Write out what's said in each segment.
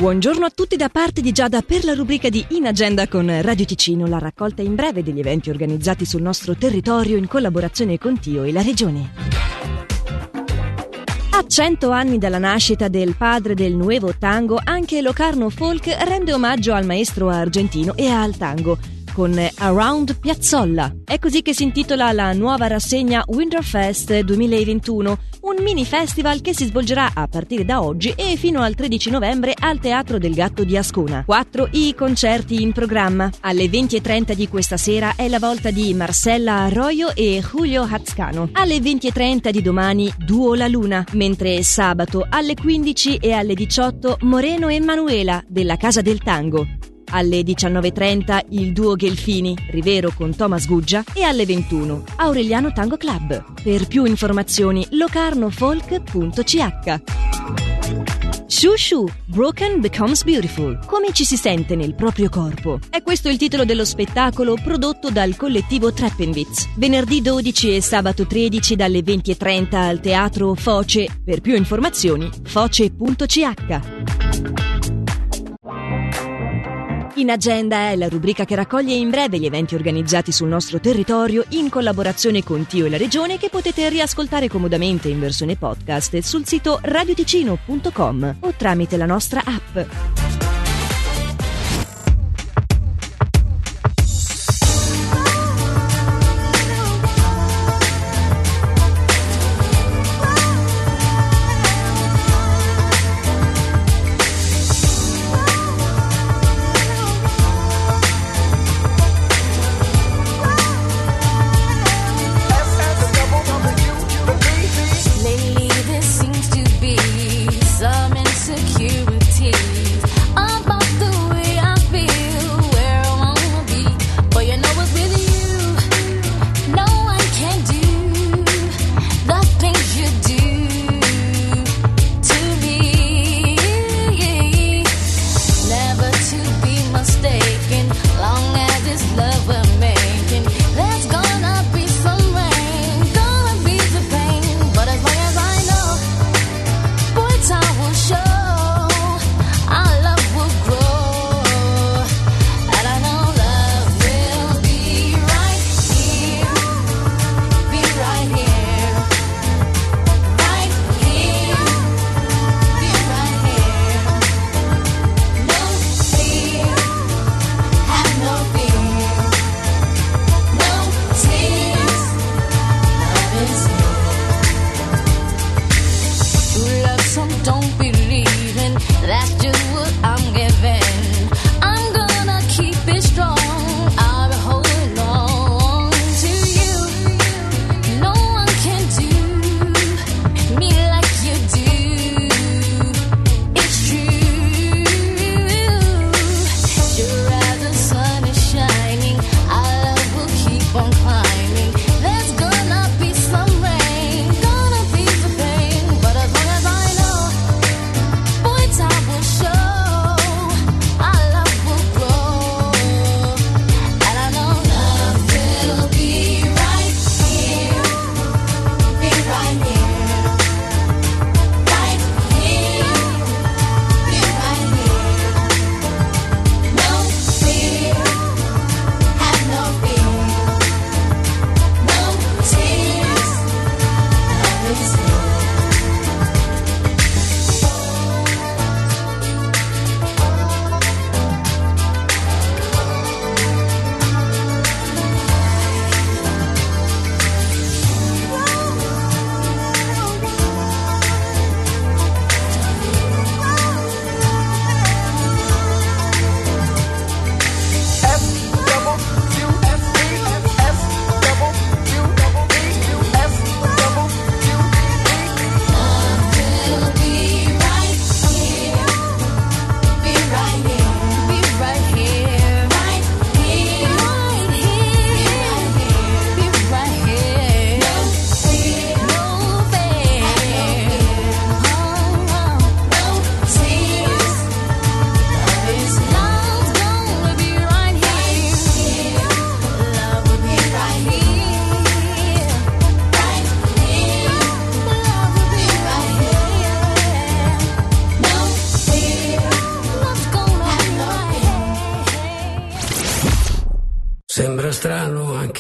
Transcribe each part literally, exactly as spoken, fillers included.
Buongiorno a tutti da parte di Giada per la rubrica di In Agenda con Radio Ticino, la raccolta in breve degli eventi organizzati sul nostro territorio in collaborazione con Tio e la Regione. A cento anni dalla nascita del padre del nuevo tango, anche Locarno Folk rende omaggio al maestro argentino e al tango con Around Piazzolla. È così che si intitola la nuova rassegna Winterfest duemilaventuno, un mini festival che si svolgerà a partire da oggi e fino al tredici novembre al Teatro del Gatto di Ascona. Quattro i concerti in programma. Alle venti e trenta di questa sera è la volta di Marcella Arroyo e Julio Hazcano. Alle venti e trenta di domani Duo La Luna, mentre sabato alle quindici e alle diciotto Moreno e Manuela della Casa del Tango. Alle diciannove e trenta il duo Gelfini, Rivero con Thomas Guggia, e alle ventuno Aureliano Tango Club. Per più informazioni locarnofolk punto c h. Shoo Shoo, Broken Becomes Beautiful. Come ci si sente nel proprio corpo? È questo il titolo dello spettacolo prodotto dal collettivo Treppenwitz. Venerdì dodici e sabato tredici dalle venti e trenta al Teatro Foce. Per più informazioni foce punto c h. In Agenda è la rubrica che raccoglie in breve gli eventi organizzati sul nostro territorio in collaborazione con Tio e la Regione, che potete riascoltare comodamente in versione podcast sul sito radioticino punto com o tramite la nostra app. Lately there seems to be some insecurity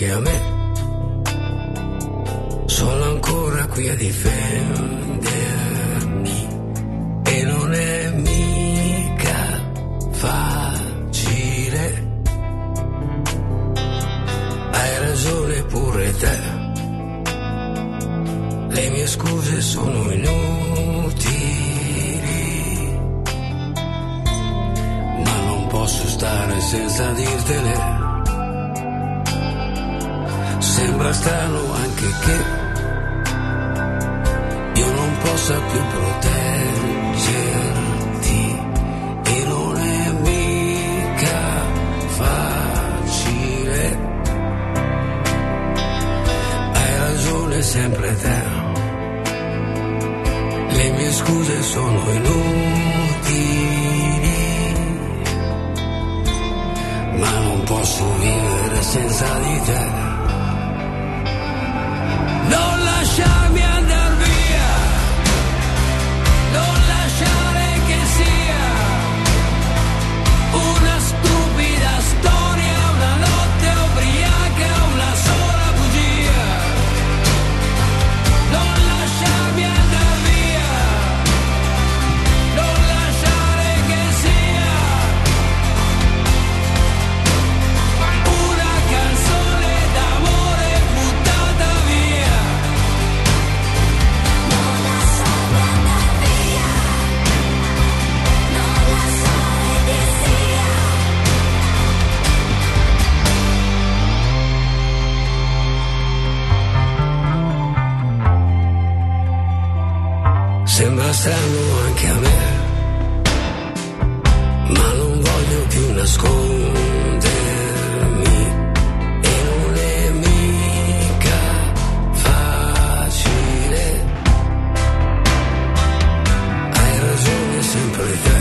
anche a me. Sono ancora qui a difendermi e non è mica facile. Hai ragione pure te, le mie scuse sono inutili, ma non posso stare senza dirtele. Sembra strano anche che io non possa più proteggerti e non è mica facile. Hai ragione sempre te, le mie scuse sono inutili, ma non posso vivere senza di te. Non lasciarmi andar via, non lasciare che sia una stupida storia, una notte ubriaca, una sola bugia. Non lasciarmi andar via, non lasciare che sia una canzone d'amore buttata via. Non lasciarmi andar via, non lasciare che sia. Sembra strano anche a me, ma non voglio più nascondermi e non è mica facile. Hai ragione sempre te,